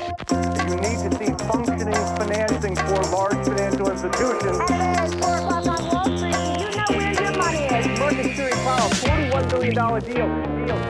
You need to see functioning financing for large financial institutions. Hey, 4 o'clock on Wall Street. You know where your money is. Market Series Powell, $41 billion deal.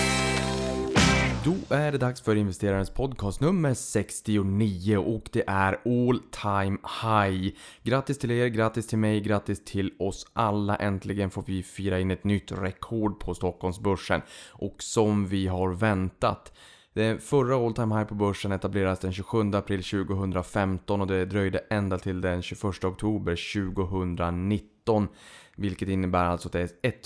Då är det dags för investerarens podcast nummer 69 och det är all time high. Grattis till er, grattis till mig, grattis till oss alla. Äntligen får vi fira in ett nytt rekord på Stockholmsbörsen och som vi har väntat. Den förra all time high på börsen etablerades den 27 april 2015 och det dröjde ända till den 21 oktober 2019. Vilket innebär alltså att det är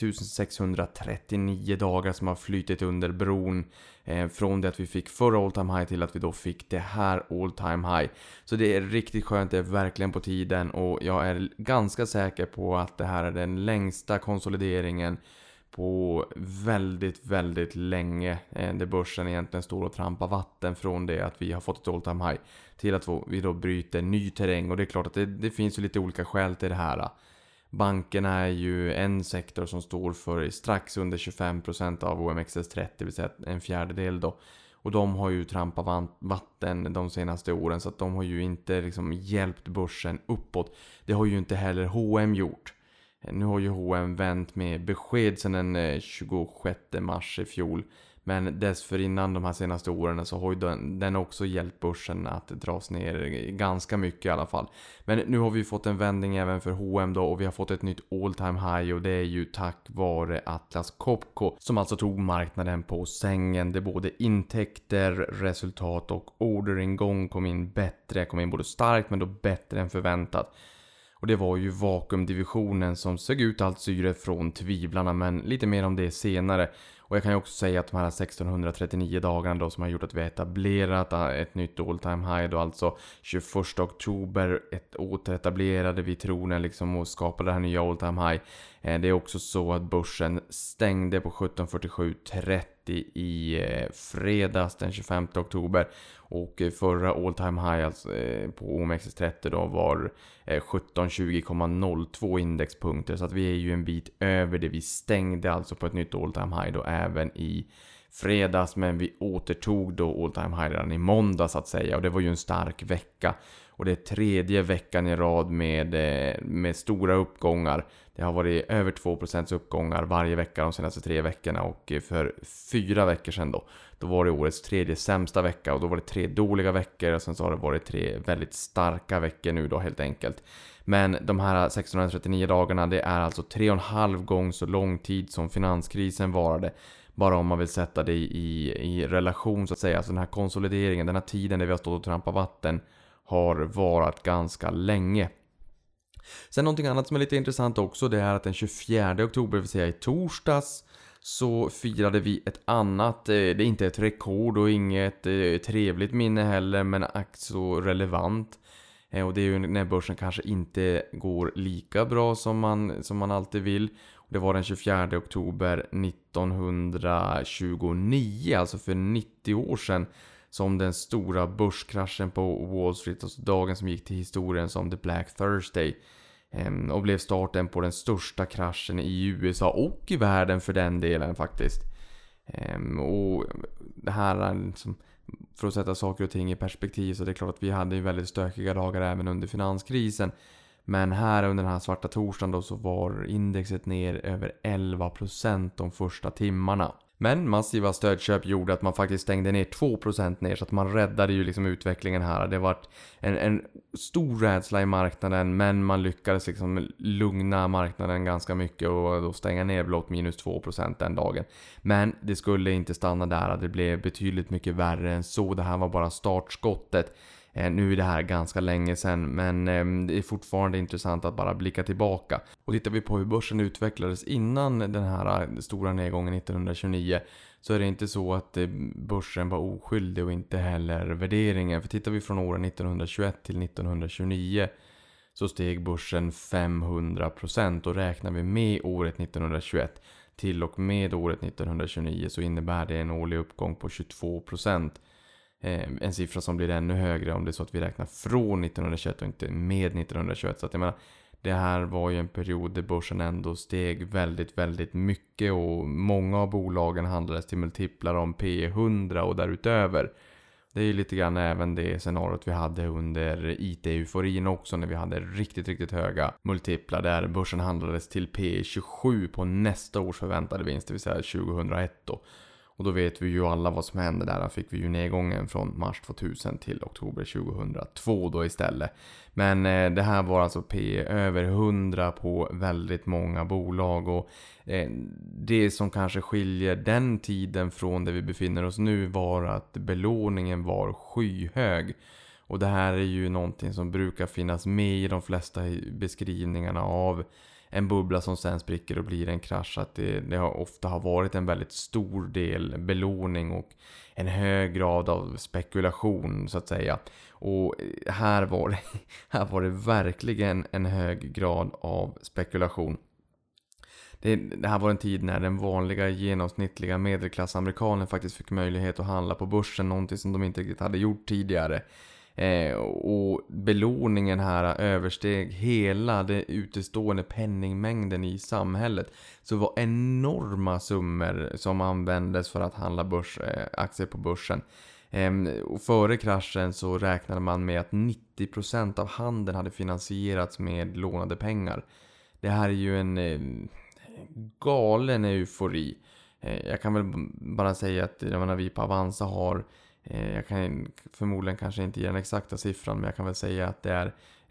1639 dagar som har flytit under bron från det att vi fick förra all time high till att vi då fick det här all time high. Så det är riktigt skönt, det är verkligen på tiden och jag är ganska säker på att det här är den längsta konsolideringen på väldigt, väldigt länge. Där börsen egentligen står och trampar vatten från det att vi har fått ett all time high till att vi då bryter ny terräng. Och det är klart att det finns ju lite olika skäl till det här. Bankerna är ju en sektor som står för strax under 25% av OMXS30, det vill säga en fjärdedel då. Och de har ju trampat vatten de senaste åren så att de har ju inte liksom hjälpt börsen uppåt. Det har ju inte heller H&M gjort. Nu har ju H&M vänt med besked sedan den 26 mars i fjol. Men dessförinnan de här senaste åren så har ju den också hjälpt börsen att dras ner ganska mycket i alla fall. Men nu har vi fått en vändning även för H&M då och vi har fått ett nytt all time high och det är ju tack vare Atlas Copco som alltså tog marknaden på sängen. Det både intäkter, resultat och orderingång kom in både starkt men då bättre än förväntat. Och det var ju vakuumdivisionen som såg ut allt syre från tvivlarna, men lite mer om det senare. Och jag kan ju också säga att de här 1639 dagarna då som har gjort att vi har etablerat ett nytt all time high då, alltså 21 oktober återetablerade vi tronen liksom och skapade det här nya all time high. Det är också så att börsen stängde på 17:47.30 i fredags den 25 oktober och förra all time high alltså, på OMXS30 då var 1720,02 indexpunkter, så att vi är ju en bit över det. Vi stängde alltså på ett nytt all time high då även i fredags, men vi återtog då all time high redan i måndag så att säga, och det var ju en stark vecka. Och det är tredje veckan i rad med stora uppgångar. Det har varit över 2% uppgångar varje vecka de senaste 3 veckorna. Och för 4 veckor sedan då var det årets tredje sämsta vecka. Och då var det 3 dåliga veckor och sen så har det varit 3 väldigt starka veckor nu då helt enkelt. Men de här 1639 dagarna, det är alltså 3,5 gånger så lång tid som finanskrisen varade. Bara om man vill sätta det i relation så att säga. Alltså den här konsolideringen, den här tiden där vi har stått och trampat vatten har varit ganska länge. Sen någonting annat som är lite intressant också, det är att den 24 oktober, vill säga i torsdags, så firade vi ett annat, det är inte ett rekord och inget trevligt minne heller, men så relevant. Och det är ju när börsen kanske inte går lika bra som man alltid vill. Det var den 24 oktober 1929, alltså för 90 år sedan, som den stora börskraschen på Wall Street, alltså dagen som gick till historien som The Black Thursday, och blev starten på den största kraschen i USA och i världen för den delen faktiskt. Och det här är liksom, för att sätta saker och ting i perspektiv, så det är klart att vi hade ju väldigt stökiga dagar även under finanskrisen. Men här under den här svarta torsdagen då så var indexet ner över 11% de första timmarna. Men massiva stödköp gjorde att man faktiskt stängde ner 2% ner, så att man räddade ju liksom utvecklingen här. Det var en stor rädsla i marknaden, men man lyckades liksom lugna marknaden ganska mycket och då stänga ner blott minus 2% den dagen. Men det skulle inte stanna där, det blev betydligt mycket värre än så. Det här var bara startskottet. Nu är det här ganska länge sedan, men det är fortfarande intressant att bara blicka tillbaka. Och tittar vi på hur börsen utvecklades innan den här stora nedgången 1929, så är det inte så att börsen var oskyldig och inte heller värderingen. För tittar vi från åren 1921 till 1929 så steg börsen 500%, och räknar vi med året 1921 till och med året 1929 så innebär det en årlig uppgång på 22%. En siffra som blir ännu högre om det är så att vi räknar från 1921 och inte med 1921. Så att jag menar, det här var ju en period där börsen ändå steg väldigt, väldigt mycket, och många av bolagen handlades till multiplar om P100 och därutöver. Det är ju lite grann även det scenariot vi hade under IT-euforin också, när vi hade riktigt höga multiplar där börsen handlades till P27 på nästa års förväntade vinst, det vill säga 2001 då. Och då vet vi ju alla vad som hände där. Då fick vi ju nedgången från mars 2000 till oktober 2002 då istället. Men det här var alltså P över 100 på väldigt många bolag. Och det som kanske skiljer den tiden från där vi befinner oss nu var att belåningen var skyhög. Och det här är ju någonting som brukar finnas med i de flesta beskrivningarna av en bubbla som sen spricker och blir en krasch, att det ofta har varit en väldigt stor del belåning och en hög grad av spekulation så att säga. Och här var det verkligen en hög grad av spekulation. Det här var en tid när den vanliga genomsnittliga medelklassamerikanen faktiskt fick möjlighet att handla på börsen, någonting som de inte riktigt hade gjort tidigare. Och belåningen här översteg hela det utestående penningmängden i samhället. Så det var enorma summor som användes för att handla aktier på börsen. Och före kraschen så räknade man med att 90% av handeln hade finansierats med lånade pengar. Det här är ju en galen eufori. Jag kan väl bara säga att vi på Avanza har, jag kan förmodligen kanske inte ge den exakta siffran, men jag kan väl säga att det är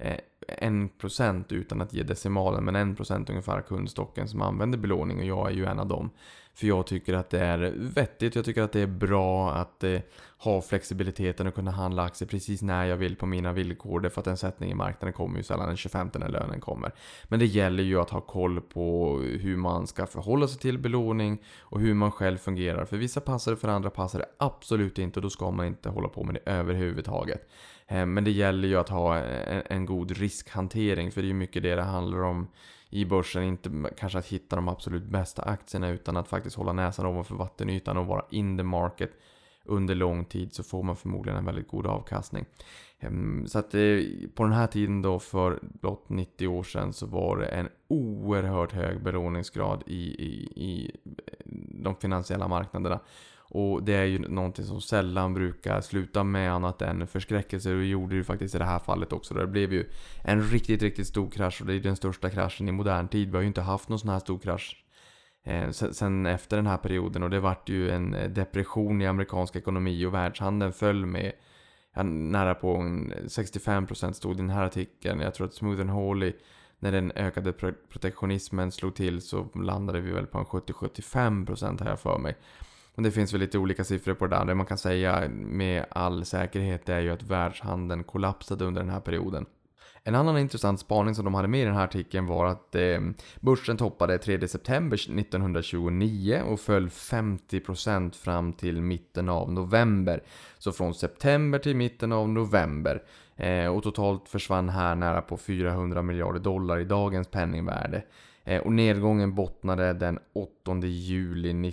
1% utan att ge decimalen, men 1% ungefär kundstocken som använder belåning, och jag är ju en av dem. För jag tycker att det är vettigt, jag tycker att det är bra att ha flexibiliteten och kunna handla aktier precis när jag vill på mina villkor. Därför att en sättning i marknaden kommer ju sällan den 25 när lönen kommer. Men det gäller ju att ha koll på hur man ska förhålla sig till belåning och hur man själv fungerar. För vissa passar det, för andra passar det absolut inte, och då ska man inte hålla på med det överhuvudtaget. Men det gäller ju att ha en god riskhantering, för det är ju mycket det handlar om i börsen. Inte kanske att hitta de absolut bästa aktierna, utan att faktiskt hålla näsan ovanför vattenytan och vara in the market under lång tid, så får man förmodligen en väldigt god avkastning. Så att på den här tiden då, för blott 90 år sedan, så var det en oerhört hög belåningsgrad i de finansiella marknaderna. Och det är ju någonting som sällan brukar sluta med annat än förskräckelse. Och det gjorde det faktiskt i det här fallet också. Det blev ju en riktigt stor krasch, och det är den största kraschen i modern tid. Vi har ju inte haft någon sån här stor krasch sen efter den här perioden. Och det vart ju en depression i amerikansk ekonomi, och världshandeln föll med nära på 65% stod i den här artikeln. Jag tror att Smooth and Holy, när den ökade protektionismen slog till, så landade vi väl på en 70-75% här för mig. Och det finns väl lite olika siffror på det där. Det man kan säga med all säkerhet är ju att världshandeln kollapsade under den här perioden. En annan intressant spaning som de hade med i den här artikeln var att börsen toppade 3 september 1929 och föll 50% fram till mitten av november. Så från september till mitten av november. Och totalt försvann här nära på $400 miljarder i dagens penningvärde. Och nedgången bottnade den 8 juli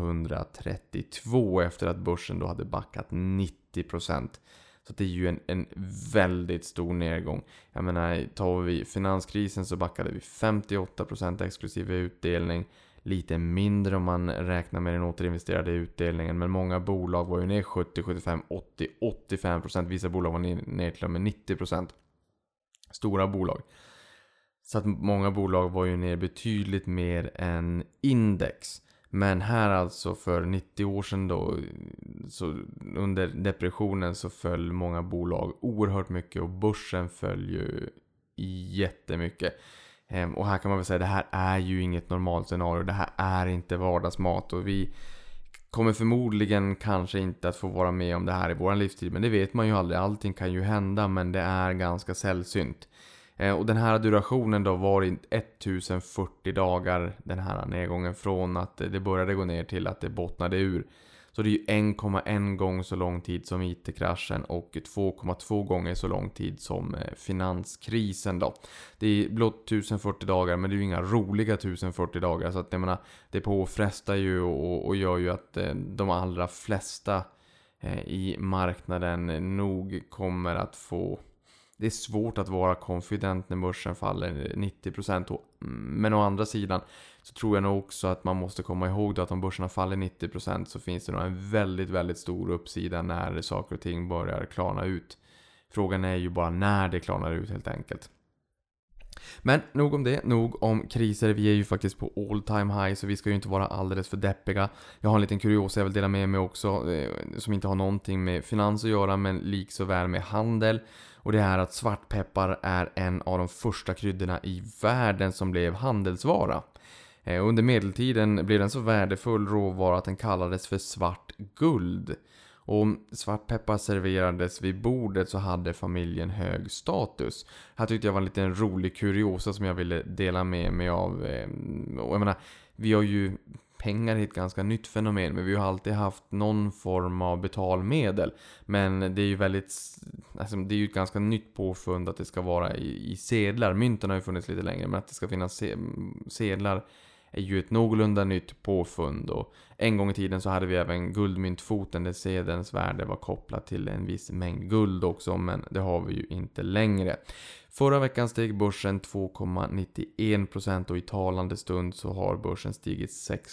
1932 efter att börsen då hade backat 90%. Så det är ju en väldigt stor nedgång. Jag menar, tar vi finanskrisen så backade vi 58% exklusive utdelning. Lite mindre om man räknar med den återinvesterade utdelningen. Men många bolag var ju ner 70, 75, 80, 85%. Vissa bolag var ner till och med 90%. Stora bolag. Så att många bolag var ju ner betydligt mer än index. Men här alltså för 90 år sedan då, så under depressionen så föll många bolag oerhört mycket, och börsen föll ju jättemycket. Och här kan man väl säga att det här är ju inget normalt scenario. Det här är inte vardagsmat, och vi kommer förmodligen kanske inte att få vara med om det här i vår livstid. Men det vet man ju aldrig. Allting kan ju hända, men det är ganska sällsynt. Och den här durationen då var i 1040 dagar, den här nedgången, från att det började gå ner till att det bottnade ur. Så det är ju 1,1 gång så lång tid som IT-kraschen och 2,2 gånger så lång tid som finanskrisen då. Det är blott 1040 dagar, men det är ju inga roliga 1040 dagar. Så att jag menar, det påfrestar ju och gör ju att de allra flesta i marknaden nog kommer att få det är svårt att vara confident när börsen faller 90%. Men å andra sidan så tror jag nog också att man måste komma ihåg att om börserna faller 90% så finns det nog en väldigt, väldigt stor uppsida när saker och ting börjar klarna ut. Frågan är ju bara när det klarnar ut helt enkelt. Men nog om det, nog om kriser. Vi är ju faktiskt på all time high, så vi ska ju inte vara alldeles för deppiga. Jag har en liten kuriosa jag vill dela med mig också, som inte har någonting med finans att göra, men liksom väl med handel. Och det är att svartpeppar är en av de första kryddorna i världen som blev handelsvara. Under medeltiden blev den så värdefull råvara att den kallades för svart guld. Och om svartpeppar serverades vid bordet så hade familjen hög status. Här tyckte jag var en liten rolig kuriosa som jag ville dela med mig av. Och jag menar, vi har ju pengar är ett ganska nytt fenomen, men vi har alltid haft någon form av betalmedel. Men det är ju det är ju ett ganska nytt påfund att det ska vara i sedlar. Mynten har ju funnits lite längre, men att det ska finnas sedlar är ju ett någorlunda nytt påfund. Och en gång i tiden så hade vi även guldmyntfoten där sedelns värde var kopplat till en viss mängd guld också, men det har vi ju inte längre. Förra veckan steg börsen 2,91% och i talande stund så har börsen stigit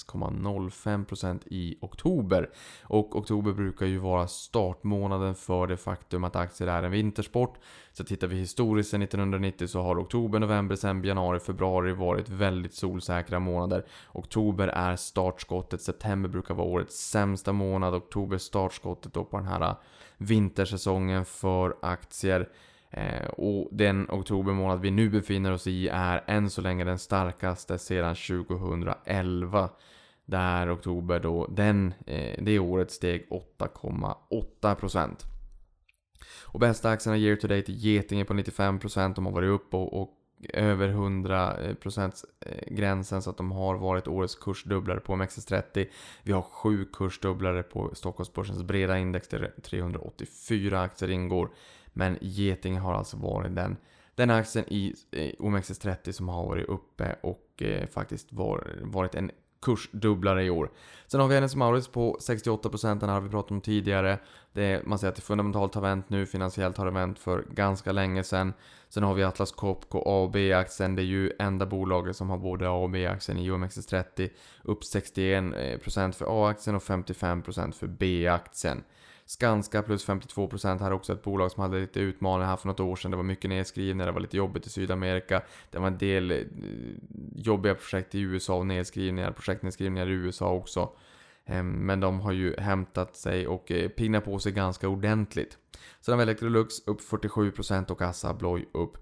6,05% i oktober. Och oktober brukar ju vara startmånaden för det faktum att aktier är en vintersport. Så tittar vi historiskt sedan 1990 så har oktober, november, december, januari, februari varit väldigt solsäkra månader. Oktober är startskottet, september brukar vara årets sämsta månad. Oktober startskottet då på den här vintersäsongen för aktier. Och den oktobermånad vi nu befinner oss i är än så länge den starkaste sedan 2011. Där oktober då, det året steg 8,8%. Och bästa aktierna year to date är Getinge på 95%. De har varit upp och över 100% gränsen, så att de har varit årets kursdubblare på OMXS30. Vi har 7 kursdubblare på Stockholmsbörsens breda index där 384 aktier ingår. Men Getinge har alltså varit den aktien i OMXS30 som har varit uppe och faktiskt varit en kursdubblare i år. Sen har vi Hennes & Mauritz på 68%, den har vi pratat om tidigare. Man säger att det fundamentalt har vänt nu, finansiellt har det vänt för ganska länge sedan. Sen har vi Atlas Copco A och B-aktien, det är ju enda bolaget som har både A och B-aktien i OMXS30. Upp 61% för A-aktien och 55% för B-aktien. Skanska plus 52% här också, ett bolag som hade lite utmaningar här för något år sedan. Det var mycket nedskrivningar, det var lite jobbigt i Sydamerika. Det var en del jobbiga projekt i USA och projektnedskrivningar i USA också. Men de har ju hämtat sig och pinnat på sig ganska ordentligt. Sen har vi Electrolux upp 47% och Assa Abloy upp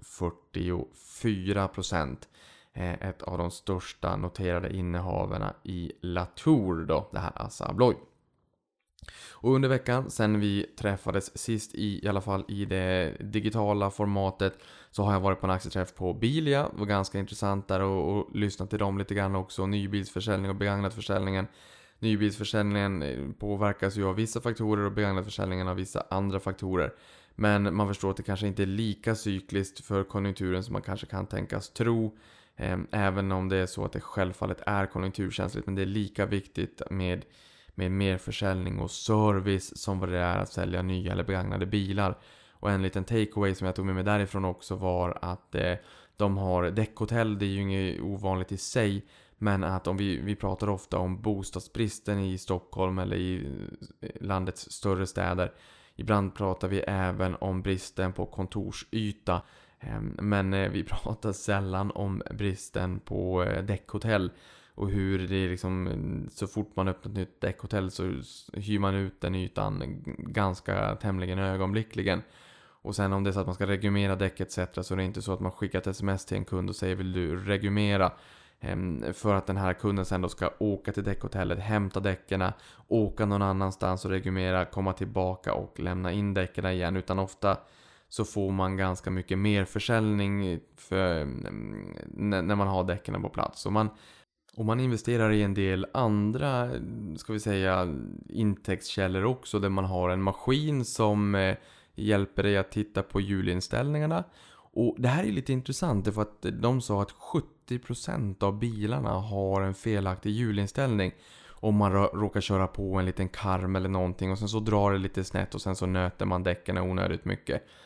44%. Ett av de största noterade innehavarna i Latour då, det här Assa Abloy. Och under veckan, sen vi träffades sist i alla fall i det digitala formatet, så har jag varit på en aktieträff på Bilia. Det var ganska intressant där och lyssnat till dem lite grann också. Nybilsförsäljning och begagnatförsäljningen. Nybilsförsäljningen påverkas ju av vissa faktorer och begagnatförsäljningen av vissa andra faktorer. Men man förstår att det kanske inte är lika cykliskt för konjunkturen som man kanske kan tänkas tro. Även om det är så att det självfallet är konjunkturkänsligt, men det är lika viktigt med mer försäljning och service som vad det är att sälja nya eller begagnade bilar. Och en liten takeaway som jag tog med mig därifrån också var att de har däckhotell. Det är ju inget ovanligt i sig, men att om vi pratar ofta om bostadsbristen i Stockholm eller i landets större städer. Ibland pratar vi även om bristen på kontorsyta, men vi pratar sällan om bristen på däckhotell. Och hur det är liksom, så fort man öppnar ett nytt däckhotell så hyr man ut den ytan ganska tämligen ögonblickligen. Och sen om det är så att man ska regumera däck etc. så är det inte så att man skickar ett sms till en kund och säger vill du regumera. För att den här kunden sen då ska åka till däckhotellet, hämta däckerna, åka någon annanstans och regumera, komma tillbaka och lämna in däckerna igen. Utan ofta så får man ganska mycket mer försäljning när man har däckerna på plats. Och man investerar i en del andra, ska vi säga, intäktskällor också, där man har en maskin som hjälper dig att titta på hjulinställningarna. Och det här är lite intressant för att de sa att 70% av bilarna har en felaktig hjulinställning. Om man råkar köra på en liten karm eller någonting och sen så drar det lite snett och sen så nöter man däcken onödigt mycket.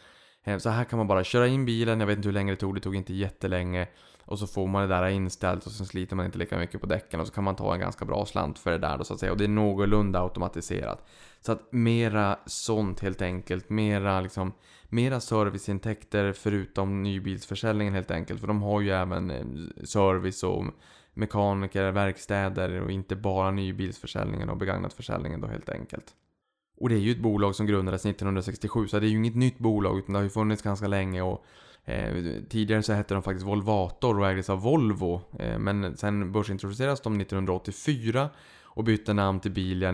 Så här kan man bara köra in bilen, jag vet inte hur länge det tog inte jättelänge. Och så får man det där inställt och så sliter man inte lika mycket på däcken. Och så kan man ta en ganska bra slant för det där då, så att säga. Och det är någorlunda automatiserat. Så att mera sånt helt enkelt. Mera serviceintäkter förutom nybilsförsäljningen helt enkelt. För de har ju även service och mekaniker, verkstäder och inte bara nybilsförsäljningen och begagnatförsäljningen då helt enkelt. Och det är ju ett bolag som grundades 1967, så det är ju inget nytt bolag utan det har ju funnits ganska länge. Och tidigare så hette de faktiskt Volvator och ägdes av Volvo, men sen börsintroduceras de 1984 och bytte namn till Bilia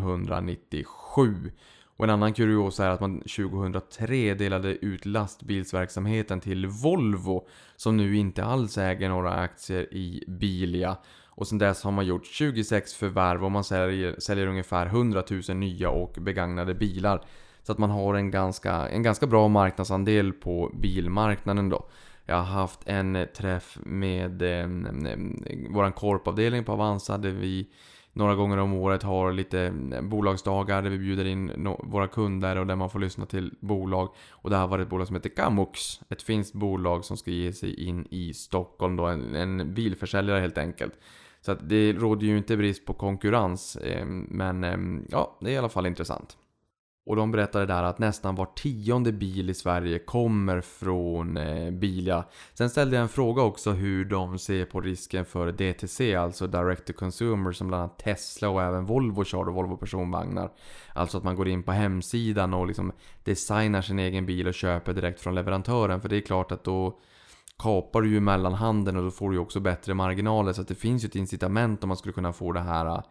1997. Och en annan kurios är att man 2003 delade ut lastbilsverksamheten till Volvo, som nu inte alls äger några aktier i Bilia. Och sen dess har man gjort 26 förvärv och man säljer ungefär 100 000 nya och begagnade bilar. Så att man har en ganska bra marknadsandel på bilmarknaden då. Jag har haft en träff med våran korpavdelning på Avanza där vi några gånger om året har lite bolagsdagar där vi bjuder in våra kunder och där man får lyssna till bolag. Och det här var ett bolag som heter Kamux, ett finskt bolag som ska ge sig in i Stockholm då, en bilförsäljare helt enkelt. Så att det råder ju inte brist på konkurrens, men ja, det är i alla fall intressant. Och de berättade där att nästan var 10:e bil i Sverige kommer från Bilia. Sen ställde jag en fråga också hur de ser på risken för DTC, alltså Direct to Consumer, som bland annat Tesla och även Volvo kör och Volvo personvagnar. Alltså att man går in på hemsidan och liksom designar sin egen bil och köper direkt från leverantören. För det är klart att då kapar du ju mellanhanden och då får du ju också bättre marginaler. Så att det finns ju ett incitament om man skulle kunna få det här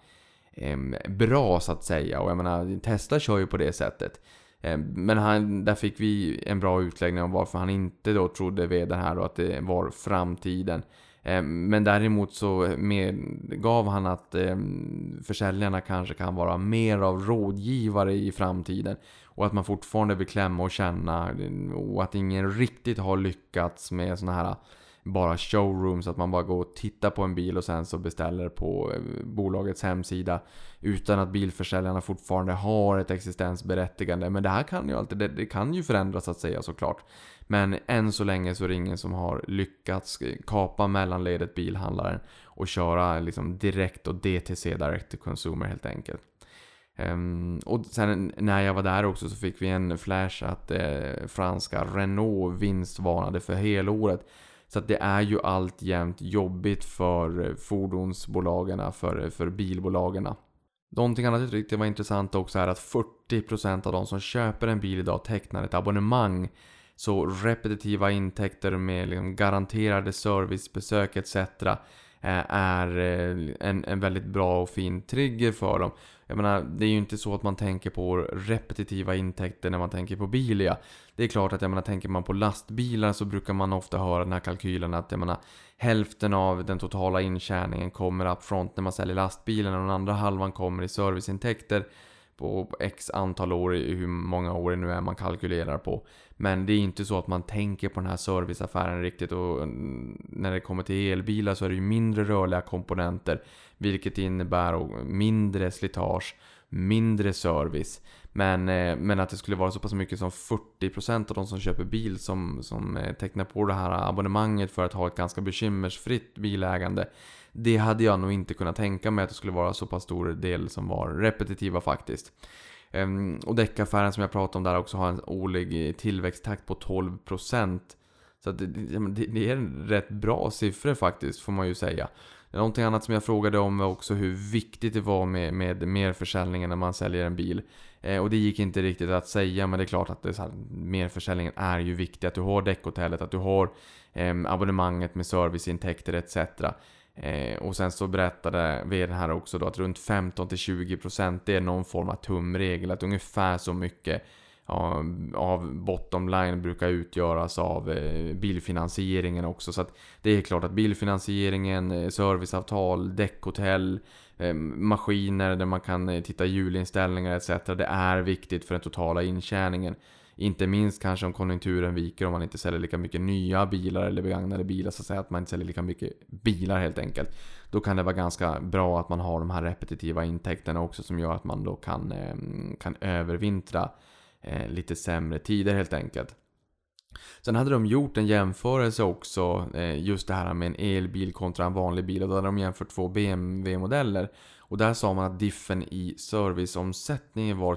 bra så att säga. Och jag menar, Tesla kör ju på det sättet. Men där fick vi en bra utläggning om varför han inte då trodde vid det här då, att det var framtiden. Men däremot så gav han att försäljarna kanske kan vara mer av rådgivare i framtiden. Och att man fortfarande vill klämma och känna. Och att ingen riktigt har lyckats med såna här bara showrooms, att man bara går och tittar på en bil och sen så beställer på bolagets hemsida utan att bilförsäljarna fortfarande har ett existensberättigande. Men det här kan ju alltid, det kan ju förändras att säga såklart. Men än så länge så är det ingen som har lyckats kapa mellanledet bilhandlaren och köra liksom direkt och DTC, direct to consumer helt enkelt. Och sen när jag var där också så fick vi en flash att franska Renault vinstvarnade för helåret. Så att det är ju alltjämt jobbigt för fordonsbolagen, för bilbolagen. Någonting annat jag tyckte var intressant också är att 40% av de som köper en bil idag tecknar ett abonnemang. Så repetitiva intäkter med liksom garanterade servicebesök etc. är en väldigt bra och fin trigger för dem. Jag menar, det är ju inte så att man tänker på repetitiva intäkter när man tänker på Bilia. Det är klart att tänker man på lastbilar så brukar man ofta höra den här kalkylen att hälften av den totala intjäningen kommer upfront när man säljer lastbilen och den andra halvan kommer i serviceintäkter på x antal år, i hur många år det nu är man kalkylerar på. Men det är inte så att man tänker på den här serviceaffären riktigt, och när det kommer till elbilar så är det ju mindre rörliga komponenter, vilket innebär mindre slitage, mindre service. Men att det skulle vara så pass mycket som 40% av de som köper bil som tecknar på det här abonnemanget för att ha ett ganska bekymmersfritt bilägande, det hade jag nog inte kunnat tänka mig att det skulle vara så pass stor del som var repetitiva faktiskt. Och däckaffären som jag pratade om där också har en årlig tillväxttakt på 12%. Så att det är en rätt bra siffror faktiskt, får man ju säga. Någonting annat som jag frågade om var också hur viktigt det var med merförsäljningen när man säljer en bil. Och det gick inte riktigt att säga, men det är klart att merförsäljningen är ju viktig. Att du har däckhotellet, att du har abonnemanget med serviceintäkter etc. Och sen så berättade vi det här också då att runt 15-20% är någon form av tumregel. Att ungefär så mycket av bottom line brukar utgöras av bilfinansieringen också. Så att det är klart att bilfinansieringen, serviceavtal, däckhotell, maskiner där man kan titta hjulinställningar etc. Det är viktigt för den totala intjäningen. Inte minst kanske om konjunkturen viker, om man inte säljer lika mycket nya bilar eller begagnade bilar, så att säga, att man inte säljer lika mycket bilar helt enkelt. Då kan det vara ganska bra att man har de här repetitiva intäkterna också, som gör att man då kan övervintra lite sämre tider helt enkelt. Sen hade de gjort en jämförelse också, just det här med en elbil kontra en vanlig bil, och då hade de jämfört 2 BMW-modeller. Och där sa man att diffen i serviceomsättningen var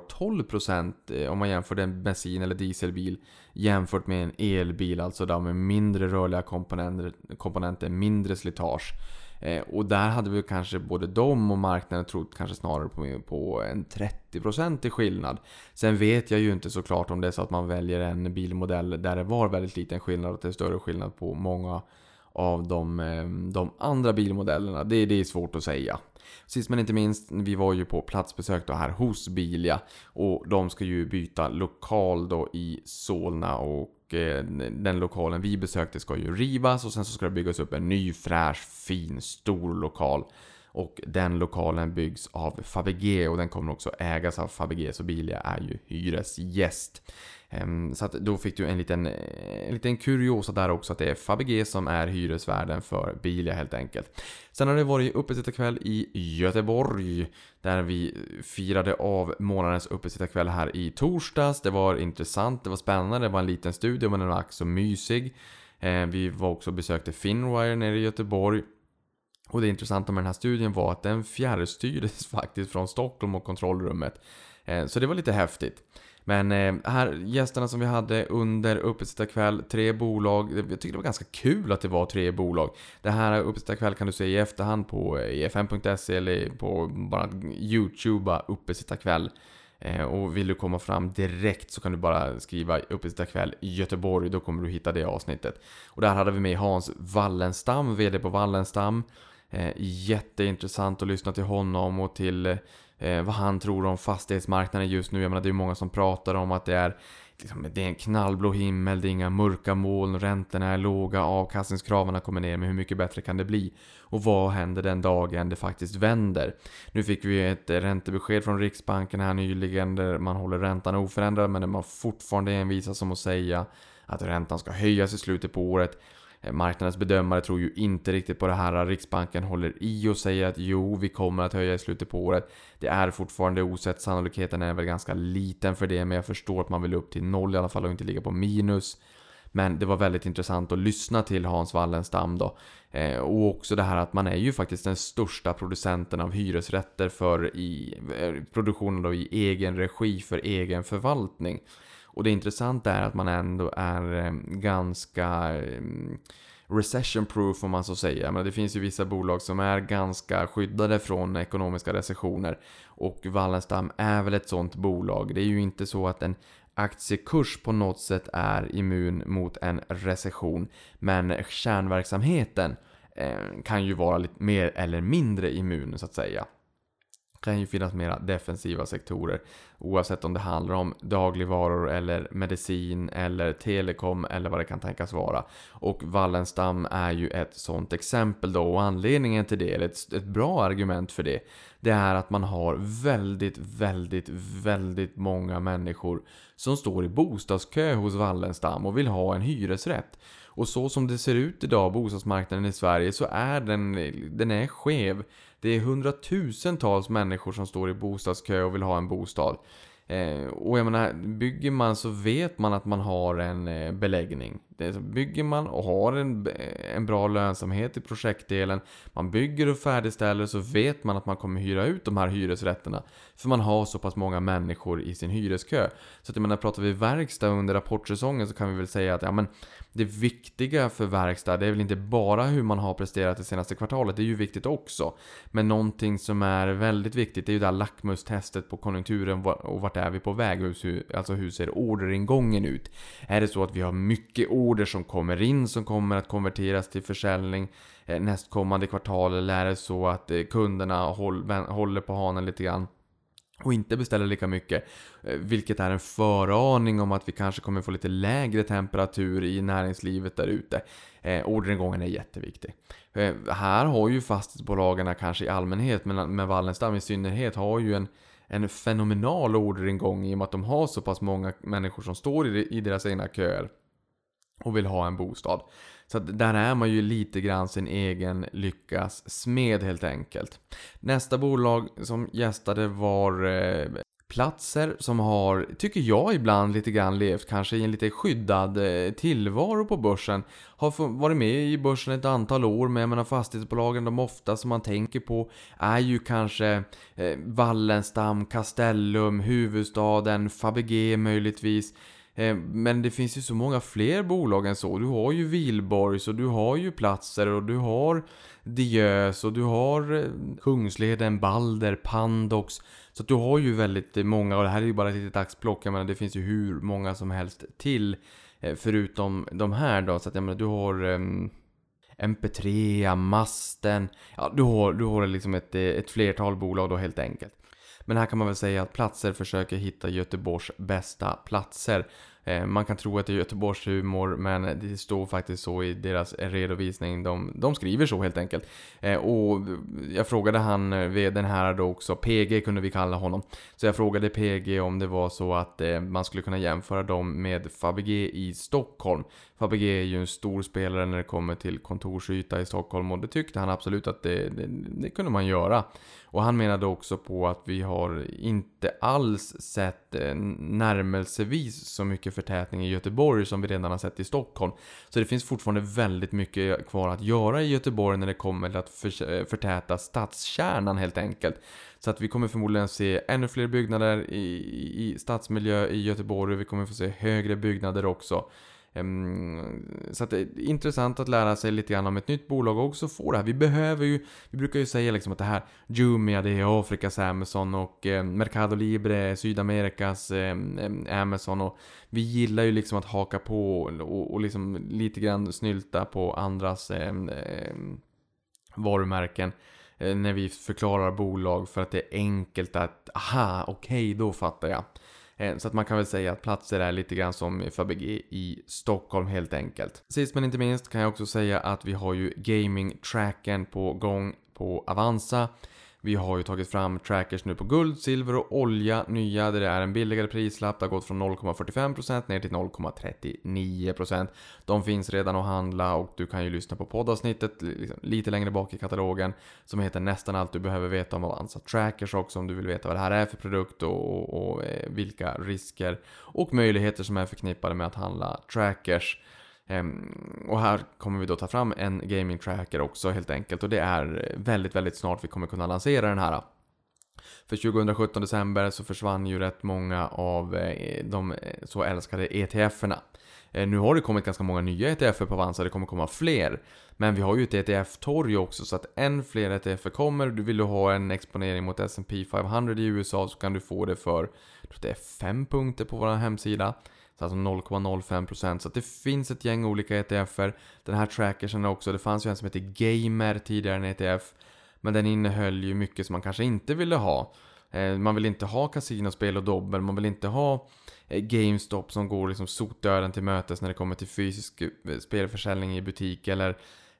12% om man jämför en bensin- eller dieselbil jämfört med en elbil, alltså där med mindre rörliga komponenter, mindre slitage. Och där hade vi kanske både de och marknaden trott kanske snarare på en 30% i skillnad. Sen vet jag ju inte såklart om det är så att man väljer en bilmodell där det var väldigt liten skillnad och det är större skillnad på många av de andra bilmodellerna. Det är svårt att säga. Sist men inte minst, vi var ju på platsbesök då här hos Bilia, och de ska ju byta lokal då i Solna, och den lokalen vi besökte ska ju rivas och sen så ska det byggas upp en ny fräsch, fin, stor lokal. Och den lokalen byggs av Fabege och den kommer också ägas av Fabege, så Bilia är ju hyresgäst. Så att då fick du en liten kuriosa där också, att det är Fabege som är hyresvärden för Bilia helt enkelt. Sen har det varit uppesittarkväll i Göteborg där vi firade av månadens uppesittarkväll här i torsdags. Det var intressant, det var spännande, det var en liten studio men den var också mysig. Vi var också besökte Finwire nere i Göteborg. Och det intressanta med den här studien var att den fjärrstyrdes faktiskt från Stockholm och kontrollrummet. Så det var lite häftigt. Men här gästerna som vi hade under uppesittarkväll, 3 bolag. Jag tyckte det var ganska kul att det var 3 bolag. Det här uppesittarkväll kan du se i efterhand på efm.se eller på bara YouTube uppesittarkväll. Och vill du komma fram direkt så kan du bara skriva uppesittarkväll i Göteborg, då kommer du hitta det avsnittet. Och där hade vi med Hans Wallenstam, vd på Wallenstam. Jätteintressant att lyssna till honom och till vad han tror om fastighetsmarknaden just nu. Jag menar, det är många som pratar om att det är en knallblå himmel, det är inga mörka moln, räntorna är låga, avkastningskraven kommer ner, men hur mycket bättre kan det bli? Och vad händer den dagen det faktiskt vänder? Nu fick vi ett räntebesked från Riksbanken här nyligen där man håller räntan oförändrad, men där man fortfarande envisas som att säga att räntan ska höjas i slutet på året. Marknadens bedömare tror ju inte riktigt på det här. Riksbanken håller i och säger att jo, vi kommer att höja i slutet på året. Det är fortfarande osett, sannolikheten är väl ganska liten för det, men jag förstår att man vill upp till 0 i alla fall och inte ligga på minus. Men det var väldigt intressant att lyssna till Hans Wallenstam då. Och också det här att man är ju faktiskt den största producenten av hyresrätter för produktionen då i egen regi för egen förvaltning. Och det intressanta är att man ändå är ganska recession-proof om man så säger. Men det finns ju vissa bolag som är ganska skyddade från ekonomiska recessioner. Och Wallenstam är väl ett sånt bolag. Det är ju inte så att en aktiekurs på något sätt är immun mot en recession. Men kärnverksamheten kan ju vara lite mer eller mindre immun så att säga. Kan ju finnas mera defensiva sektorer oavsett om det handlar om dagligvaror eller medicin eller telekom eller vad det kan tänkas vara. Och Wallenstam är ju ett sånt exempel då, och anledningen till det, eller ett bra argument för det, det är att man har väldigt många människor som står i bostadskö hos Wallenstam och vill ha en hyresrätt. Och så som det ser ut idag, bostadsmarknaden i Sverige, så är den är skev. Det är hundratusentals människor som står i bostadskö och vill ha en bostad. Och jag menar, bygger man så vet man att man har en beläggning. Bygger man och har en bra lönsamhet i projektdelen, man bygger och färdigställer, så vet man att man kommer hyra ut de här hyresrätterna. För man har så pass många människor i sin hyreskö. Så att jag menar, pratar vi verkstad under rapportsäsongen så kan vi väl säga att ja, men det viktiga för verkstad, det är väl inte bara hur man har presterat det senaste kvartalet, det är ju viktigt också. Men någonting som är väldigt viktigt, det är ju det här lackmustestet på konjunkturen och vart är vi på väg, alltså hur ser orderingången ut? Är det så att vi har mycket order som kommer in som kommer att konverteras till försäljning nästkommande kvartal, eller är det så att kunderna håller på hanen lite grann och inte beställer lika mycket, vilket är en föraning om att vi kanske kommer få lite lägre temperatur i näringslivet där ute. Orderingången är jätteviktig. Här har ju fastighetsbolagen kanske i allmänhet, men med Wallenstam i synnerhet, har ju en fenomenal orderingång i och med att de har så pass många människor som står i deras egna köer och vill ha en bostad. Så att där är man ju lite grann sin egen lyckas smed helt enkelt. Nästa bolag som gästade var Platser som har, tycker jag ibland lite grann levt kanske i en lite skyddad tillvaro på börsen. Har varit med i börsen ett antal år, men jag menar fastighetsbolagen, de ofta som man tänker på är ju kanske Wallenstam, Castellum, Huvudstaden, Fabege möjligtvis. Men det finns ju så många fler bolag än så. Du har ju Wihlborgs och du har ju Platser och du har Diös och du har Kungsleden, Balder, Pandox. Så att du har ju väldigt många, och det här är ju bara ett litet axplock. Jag menar, det finns ju hur många som helst till förutom de här då. Så att jag menar, du har MP3, Masten. Ja, du har liksom ett flertal bolag då helt enkelt. Men här kan man väl säga att Platser försöker hitta Göteborgs bästa platser. Man kan tro att det är Göteborgs humor, men det står faktiskt så i deras redovisning. De skriver så helt enkelt. Och jag frågade han vdn här då också, PG kunde vi kalla honom. Så jag frågade PG om det var så att man skulle kunna jämföra dem med Fabege i Stockholm. Fabege är ju en stor spelare när det kommer till kontorsyta i Stockholm, och det tyckte han absolut att det kunde man göra. Och han menade också på att vi har inte alls sett närmelsevis så mycket förtätning i Göteborg som vi redan har sett i Stockholm. Så det finns fortfarande väldigt mycket kvar att göra i Göteborg när det kommer till att förtäta stadskärnan helt enkelt. Så att vi kommer förmodligen se ännu fler byggnader i stadsmiljö i Göteborg, och vi kommer få se högre byggnader också. Så att det är intressant att lära sig lite grann om ett nytt bolag och också få det här. Vi brukar ju säga liksom att det här Jumia, det är Afrikas Amazon, och Mercado Libre är Sydamerikas Amazon, och vi gillar ju liksom att haka på och liksom lite grann snylta på andras varumärken när vi förklarar bolag, för att det är enkelt att okej, då fattar jag. Så att man kan väl säga att Platser är lite grann som Fabege i Stockholm helt enkelt. Sist men inte minst kan jag också säga att vi har ju gaming-tracken på gång på Avanza. Vi har ju tagit fram trackers nu på guld, silver och olja nya. Det är en billigare prislapp. Det har gått från 0,45% ner till 0,39%. De finns redan att handla, och du kan ju lyssna på poddavsnittet liksom lite längre bak i katalogen som heter nästan allt du behöver veta om Avanza trackers också, om du vill veta vad det här är för produkt och vilka risker och möjligheter som är förknippade med att handla trackers. Och här kommer vi då ta fram en gaming tracker också helt enkelt, och det är väldigt, väldigt snart vi kommer kunna lansera den här. För 2017 december så försvann ju rätt många av de så älskade ETF-erna. Nu har det kommit ganska många nya ETF-er på Avanza, det kommer komma fler. Men vi har ju ett ETF-torg också, så att än fler ETF-er kommer. Du vill ha en exponering mot S&P 500 i USA, så kan du få det för, jag tror det är 5 punkter på vår hemsida. Så alltså 0,05%. Så att det finns ett gäng olika ETFer. Den här trackersen också. Det fanns ju en som heter Gamer tidigare än ETF. Men den innehöll ju mycket som man kanske inte ville ha. Man vill inte ha kasinospel och dobbel. Man vill inte ha GameStop som går liksom sotdöden till mötes när det kommer till fysisk spelförsäljning i butik. Eller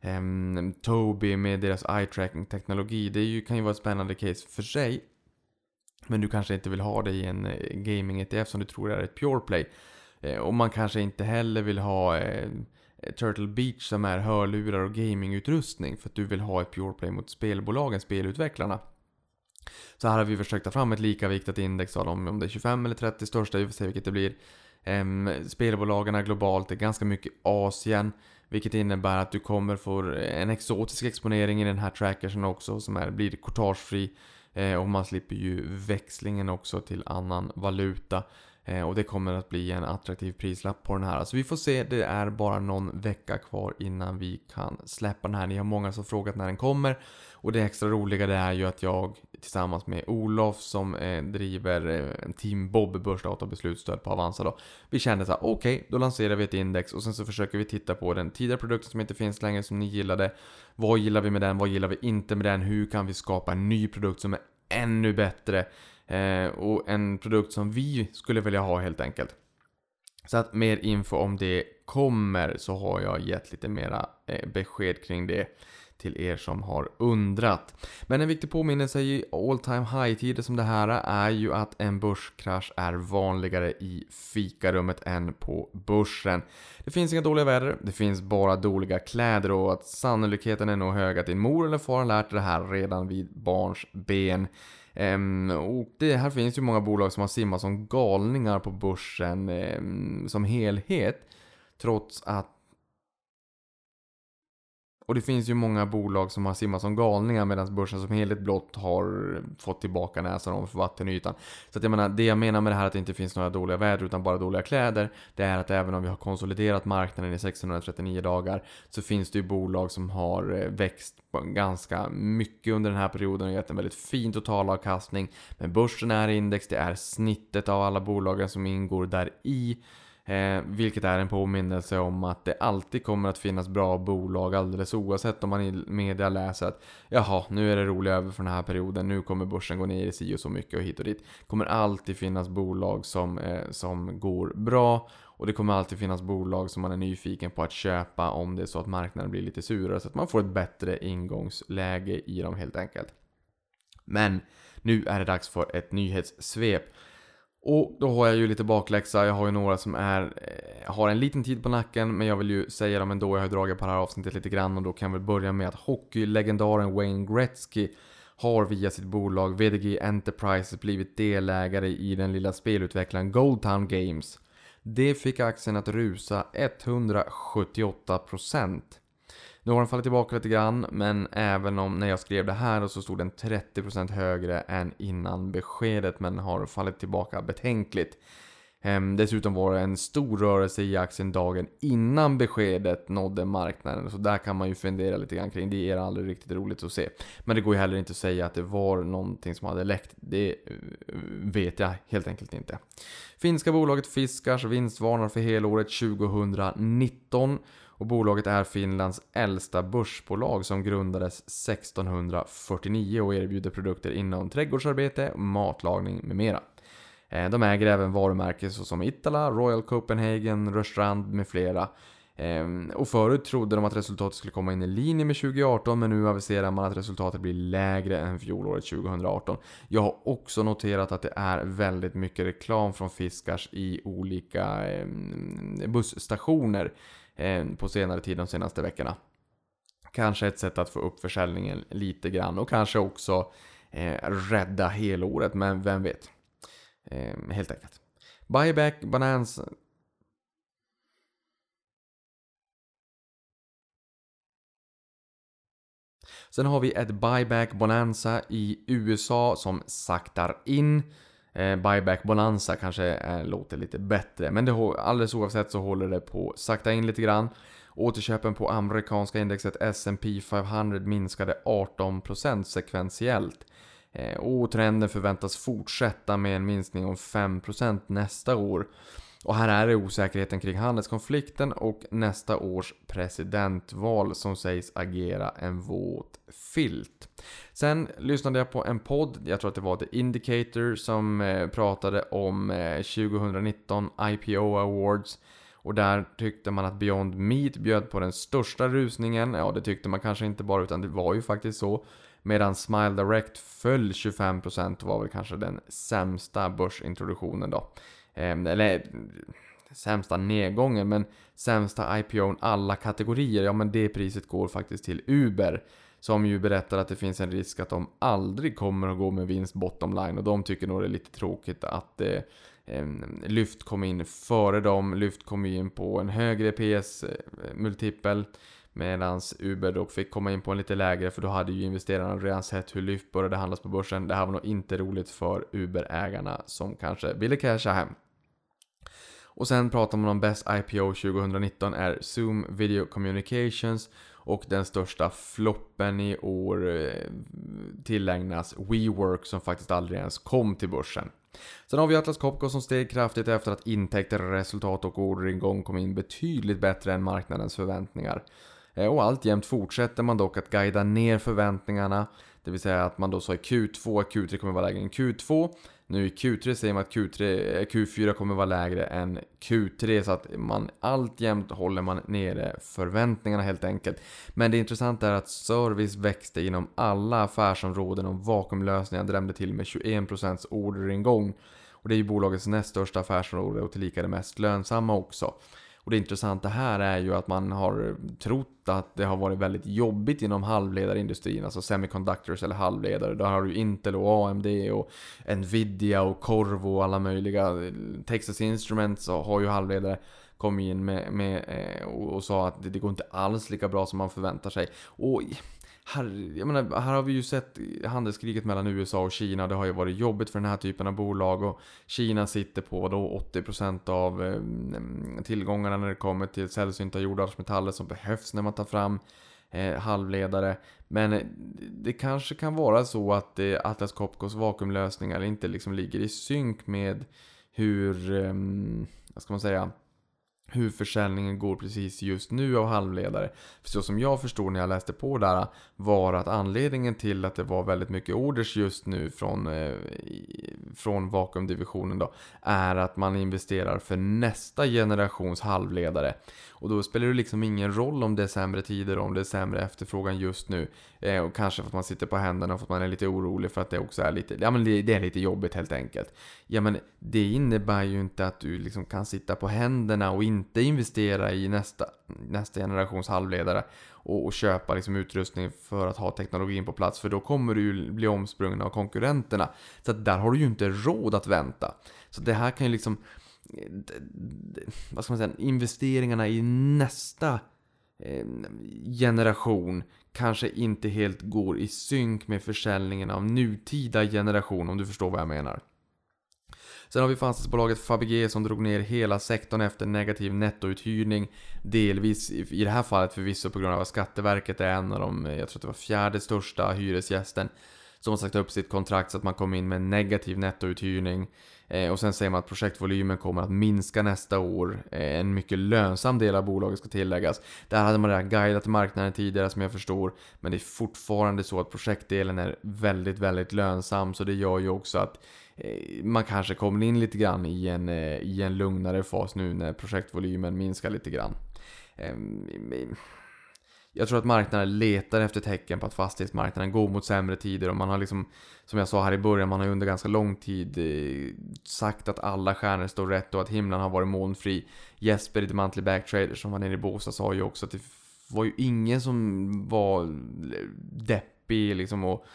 Tobii med deras eye-tracking-teknologi. Det kan ju vara ett spännande case för sig. Men du kanske inte vill ha det i en gaming-ETF som du tror är ett pure play. Och man kanske inte heller vill ha Turtle Beach som är hörlurar och gamingutrustning, för att du vill ha ett pure play mot spelbolagen, spelutvecklarna. Så här har vi försökt ta fram ett lika viktigt index av dem, om det är 25 eller 30 största, vi får se vilket det blir. Spelbolagen globalt är ganska mycket Asien, vilket innebär att du kommer få en exotisk exponering i den här trackersen också, som blir kortagefri. Och man slipper ju växlingen också till annan valuta. Och det kommer att bli en attraktiv prislapp på den här. Så vi får se, det är bara någon vecka kvar innan vi kan släppa den här. Ni har många som frågat när den kommer. Och det extra roliga det är ju att jag tillsammans med Olof som driver Team Bob börsdata och beslutsstöd på Avanza då. Vi kände så här, okej, då lanserar vi ett index och sen så försöker vi titta på den tidigare produkten som inte finns längre som ni gillade. Vad gillar vi med den? Vad gillar vi inte med den? Hur kan vi skapa en ny produkt som är ännu bättre? Och en produkt som vi skulle vilja ha helt enkelt. Så att mer info om det kommer, så har jag gett lite mera besked kring det till er som har undrat. Men en viktig påminnelse i all time high-tider som det här är ju att en börskrasch är vanligare i fikarummet än på börsen. Det finns inga dåliga väder, det finns bara dåliga kläder, och att sannolikheten är nog hög att din mor eller far har lärt det här redan vid barns ben. Och det här finns ju många bolag som har simmat som galningar på börsen som helhet. Trots att... Och det finns ju många bolag som har simmat som galningar medan börsen som helhet blott har fått tillbaka näsan om för vattenytan. Så att jag menar, det jag menar med det här att det inte finns några dåliga väder utan bara dåliga kläder, det är att även om vi har konsoliderat marknaden i 639 dagar så finns det ju bolag som har växt ganska mycket under den här perioden och gett en väldigt fin totalavkastning. Men börsen är index, det är snittet av alla bolagen som ingår där i. Vilket är en påminnelse om att det alltid kommer att finnas bra bolag alldeles oavsett om man i media läser att jaha, nu är det roligt över för den här perioden, nu kommer börsen gå ner i si och så mycket och hit och dit. Kommer alltid finnas bolag som går bra och det kommer alltid finnas bolag som man är nyfiken på att köpa om det är så att marknaden blir lite surare så att man får ett bättre ingångsläge i dem helt enkelt. Men nu är det dags för ett nyhetssvep. Och då har jag ju lite bakläxa, jag har ju några som har en liten tid på nacken, men jag vill ju säga dem ändå, jag har dragit på det här avsnittet lite grann och då kan vi börja med att hockeylegendaren Wayne Gretzky har via sitt bolag VDG Enterprises blivit delägare i den lilla spelutvecklaren Goldtown Games. Det fick aktien att rusa 178%. Nu har den fallit tillbaka lite grann, men även om när jag skrev det här så stod den 30% högre än innan beskedet, men har fallit tillbaka betänkligt. Dessutom var det en stor rörelse i aktien dagen innan beskedet nådde marknaden, så där kan man ju fundera lite grann kring. Det är aldrig riktigt roligt att se, men det går ju heller inte att säga att det var någonting som hade läckt. Det vet jag helt enkelt inte. Finska bolaget Fiskars vinstvarnar för helåret 2019. Och bolaget är Finlands äldsta börsbolag som grundades 1649 och erbjuder produkter inom trädgårdsarbete, matlagning med mera. De äger även varumärken såsom Ittala, Royal Copenhagen, Rörstrand med flera. Och förut trodde de att resultatet skulle komma in i linje med 2018, men nu aviserar man att resultatet blir lägre än fjolåret 2018. Jag har också noterat att det är väldigt mycket reklam från Fiskars i olika busstationer på senare tid de senaste veckorna. Kanske ett sätt att få upp försäljningen lite grann och kanske också rädda helåret, men vem vet. Helt enkelt. Buyback Bonanza. Sen har vi ett buyback bonanza i USA som saktar in. Buyback bonanza kanske låter lite bättre, men alldeles oavsett så håller det på att sakta in lite grann. Återköpen på amerikanska indexet S&P 500 minskade 18% sekventiellt. Och trenden förväntas fortsätta med en minskning om 5% nästa år. Och här är det osäkerheten kring handelskonflikten och nästa års presidentval som sägs agera en våt filt. Sen lyssnade jag på en podd, jag tror att det var The Indicator, som pratade om 2019 IPO Awards. Och där tyckte man att Beyond Meat bjöd på den största rusningen. Ja, det tyckte man kanske inte bara, utan det var ju faktiskt så. Medan Smile Direct föll 25% och var väl kanske den sämsta börsintroduktionen då. Eller sämsta nedgången, men sämsta IPO:n alla kategorier. Ja, men det priset går faktiskt till Uber, som ju berättar att det finns en risk att de aldrig kommer att gå med vinst bottom line. Och de tycker nog det är lite tråkigt att Lyft kom in före dem. Lyft kom in på en högre PS-multipel, medan Uber då fick komma in på en lite lägre, för då hade ju investerarna redan sett hur Lyft började handlas på börsen. Det här var nog inte roligt för Uber-ägarna som kanske ville casha hem. Och sen pratar man om Best IPO 2019 är Zoom Video Communications, och den största floppen i år tillägnas WeWork som faktiskt aldrig ens kom till börsen. Sen har vi Atlas Copco som steg kraftigt efter att intäkter, resultat och orderingång kom in betydligt bättre än marknadens förväntningar. Och alltjämt fortsätter man dock att guida ner förväntningarna. Det vill säga att man då sa i Q2 att Q3 kommer vara lägre än Q2. Nu i Q3 säger man att Q4 kommer vara lägre än Q3. Så att man alltjämt håller man nere förväntningarna helt enkelt. Men det intressanta är att service växte inom alla affärsområden, och vakuumlösningar drämde till med 21% orderingång. Och det är ju bolagets näst största affärsområde och tillika det mest lönsamma också. Och det intressanta här är ju att man har trott att det har varit väldigt jobbigt inom halvledarindustrin, alltså semiconductors eller halvledare. Där har du Intel och AMD och Nvidia och Qorvo och alla möjliga. Texas Instruments har ju halvledare, kom in och sa att det går inte alls lika bra som man förväntar sig. Och här har vi ju sett handelskriget mellan USA och Kina. Det har ju varit jobbigt för den här typen av bolag, och Kina sitter på då 80% av tillgångarna när det kommer till sällsynta jordartsmetaller som behövs när man tar fram halvledare. Men det kanske kan vara så att Atlas Copcos vakuumlösningar inte liksom ligger i synk med hur försäljningen går precis just nu av halvledare. För så som jag förstod när jag läste på där, var att anledningen till att det var väldigt mycket orders just nu från vakuumdivisionen då, är att man investerar för nästa generations halvledare. Och då spelar det liksom ingen roll om det är sämre tider, om det är sämre efterfrågan just nu. Och kanske för att man sitter på händerna och för att man är lite orolig för att det också är lite, det är lite jobbigt helt enkelt. Ja, men det innebär ju inte att du liksom kan sitta på händerna och inte investera i nästa generations halvledare och köpa liksom utrustning för att ha teknologin på plats, för då kommer du ju bli omsprungen av konkurrenterna. Så att där har du ju inte råd att vänta. Så det här kan ju liksom, investeringarna i nästa generation kanske inte helt går i synk med försäljningen av nutida generation, om du förstår vad jag menar. Sen har vi fastighetsbolaget Fabege som drog ner hela sektorn efter negativ nettouthyrning. Delvis i det här fallet förvisso på grund av att Skatteverket är en av de, jag tror att det var 4:e största hyresgästen som har sagt upp sitt kontrakt, så att man kom in med negativ nettouthyrning. Och sen säger man att projektvolymen kommer att minska nästa år. En mycket lönsam del av bolaget ska tilläggas. Där hade man redan guidat marknaden tidigare som jag förstår. Men det är fortfarande så att projektdelen är väldigt, väldigt lönsam. Så det gör ju också att man kanske kommer in lite grann i en lugnare fas nu när projektvolymen minskar lite grann. Jag tror att marknaden letar efter tecken på att fastighetsmarknaden går mot sämre tider, och man har liksom, som jag sa här i början, man har under ganska lång tid sagt att alla stjärnor står rätt och att himlen har varit molnfri. Jesper i The Monthly Backtrader som var nere i Båstad sa ju också att det var ju ingen som var deppig liksom och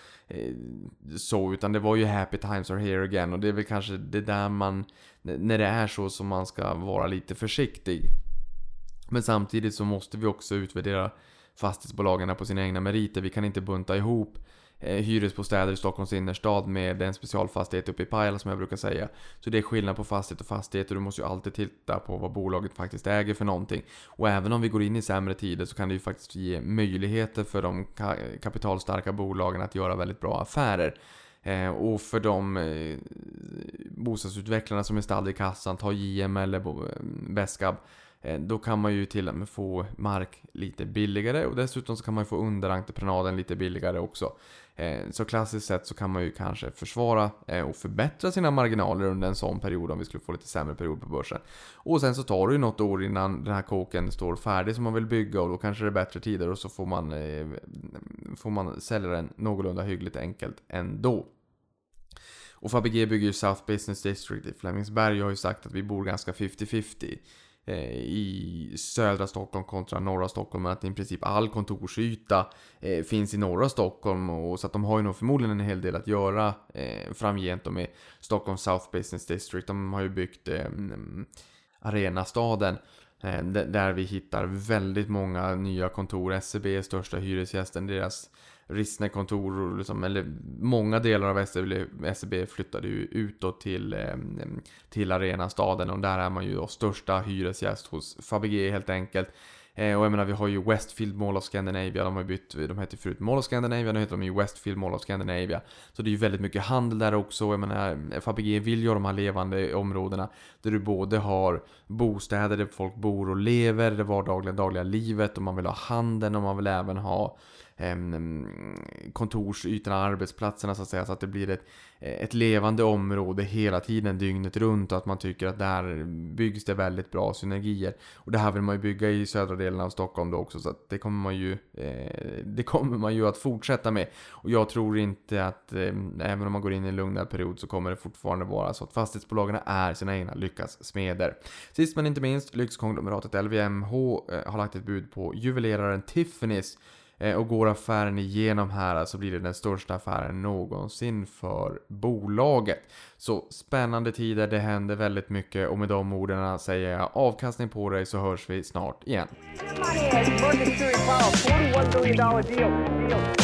så, utan det var ju happy times are here again, och det är väl kanske det där man, när det är så som man ska vara lite försiktig. Men samtidigt så måste vi också utvärdera fastighetsbolagen på sina egna meriter. Vi kan inte bunta ihop hyresbostäder i Stockholms innerstad med en specialfastighet uppe i Pajala som jag brukar säga. Så det är skillnad på fastighet och fastighet, och du måste ju alltid titta på vad bolaget faktiskt äger för någonting. Och även om vi går in i sämre tider så kan det ju faktiskt ge möjligheter för de kapitalstarka bolagen att göra väldigt bra affärer. Och för de bostadsutvecklarna som är stad i kassan, ta JM eller Beskab, då kan man ju till och med få mark lite billigare, och dessutom så kan man ju få underentreprenaden lite billigare också. Så klassiskt sett så kan man ju kanske försvara och förbättra sina marginaler under en sån period om vi skulle få lite sämre period på börsen. Och sen så tar det ju något år innan den här kåken står färdig som man vill bygga, och då kanske det är bättre tider, och så får man sälja den någorlunda hyggligt enkelt ändå. Och Fabege bygger ju South Business District i Flemingsberg. Jag har ju sagt att vi bor ganska 50-50 i södra Stockholm kontra norra Stockholm, men att i princip all kontorsyta finns i norra Stockholm, och så att de har ju nog förmodligen en hel del att göra framgent med Stockholm South Business District. De har ju byggt Arenastaden där vi hittar väldigt många nya kontor. SEB är största hyresgästen, deras Rissne-kontor liksom, eller många delar av SEB flyttade ju utåt till Arenastaden, och där är man ju då största hyresgäst hos Fabege helt enkelt. Och jag menar, vi har ju Westfield Mall of Scandinavia, de hette förut Mall of Scandinavia, nu heter de ju Westfield Mall of Scandinavia. Så det är ju väldigt mycket handel där också. Jag menar, Fabege vill ju de här levande områdena där du både har bostäder där folk bor och lever, det vardagliga livet, och man vill ha handeln, och man vill även ha kontorsytorna, arbetsplatserna så att säga, så att det blir ett levande område hela tiden, dygnet runt, och att man tycker att där byggs det väldigt bra synergier. Och det här vill man ju bygga i södra delen av Stockholm då också, så att det kommer man ju att fortsätta med. Och jag tror inte att även om man går in i en lugnare period så kommer det fortfarande vara så att fastighetsbolagen är sina egna lyckas smeder. Sist men inte minst, lyxkonglomeratet LVMH har lagt ett bud på juveleraren Tiffany's. Och går affären igenom här så blir det den största affären någonsin för bolaget. Så spännande tider, det händer väldigt mycket, och med de orden säger jag avkastning på dig, så hörs vi snart igen. Emergency Power, $41 billion deal.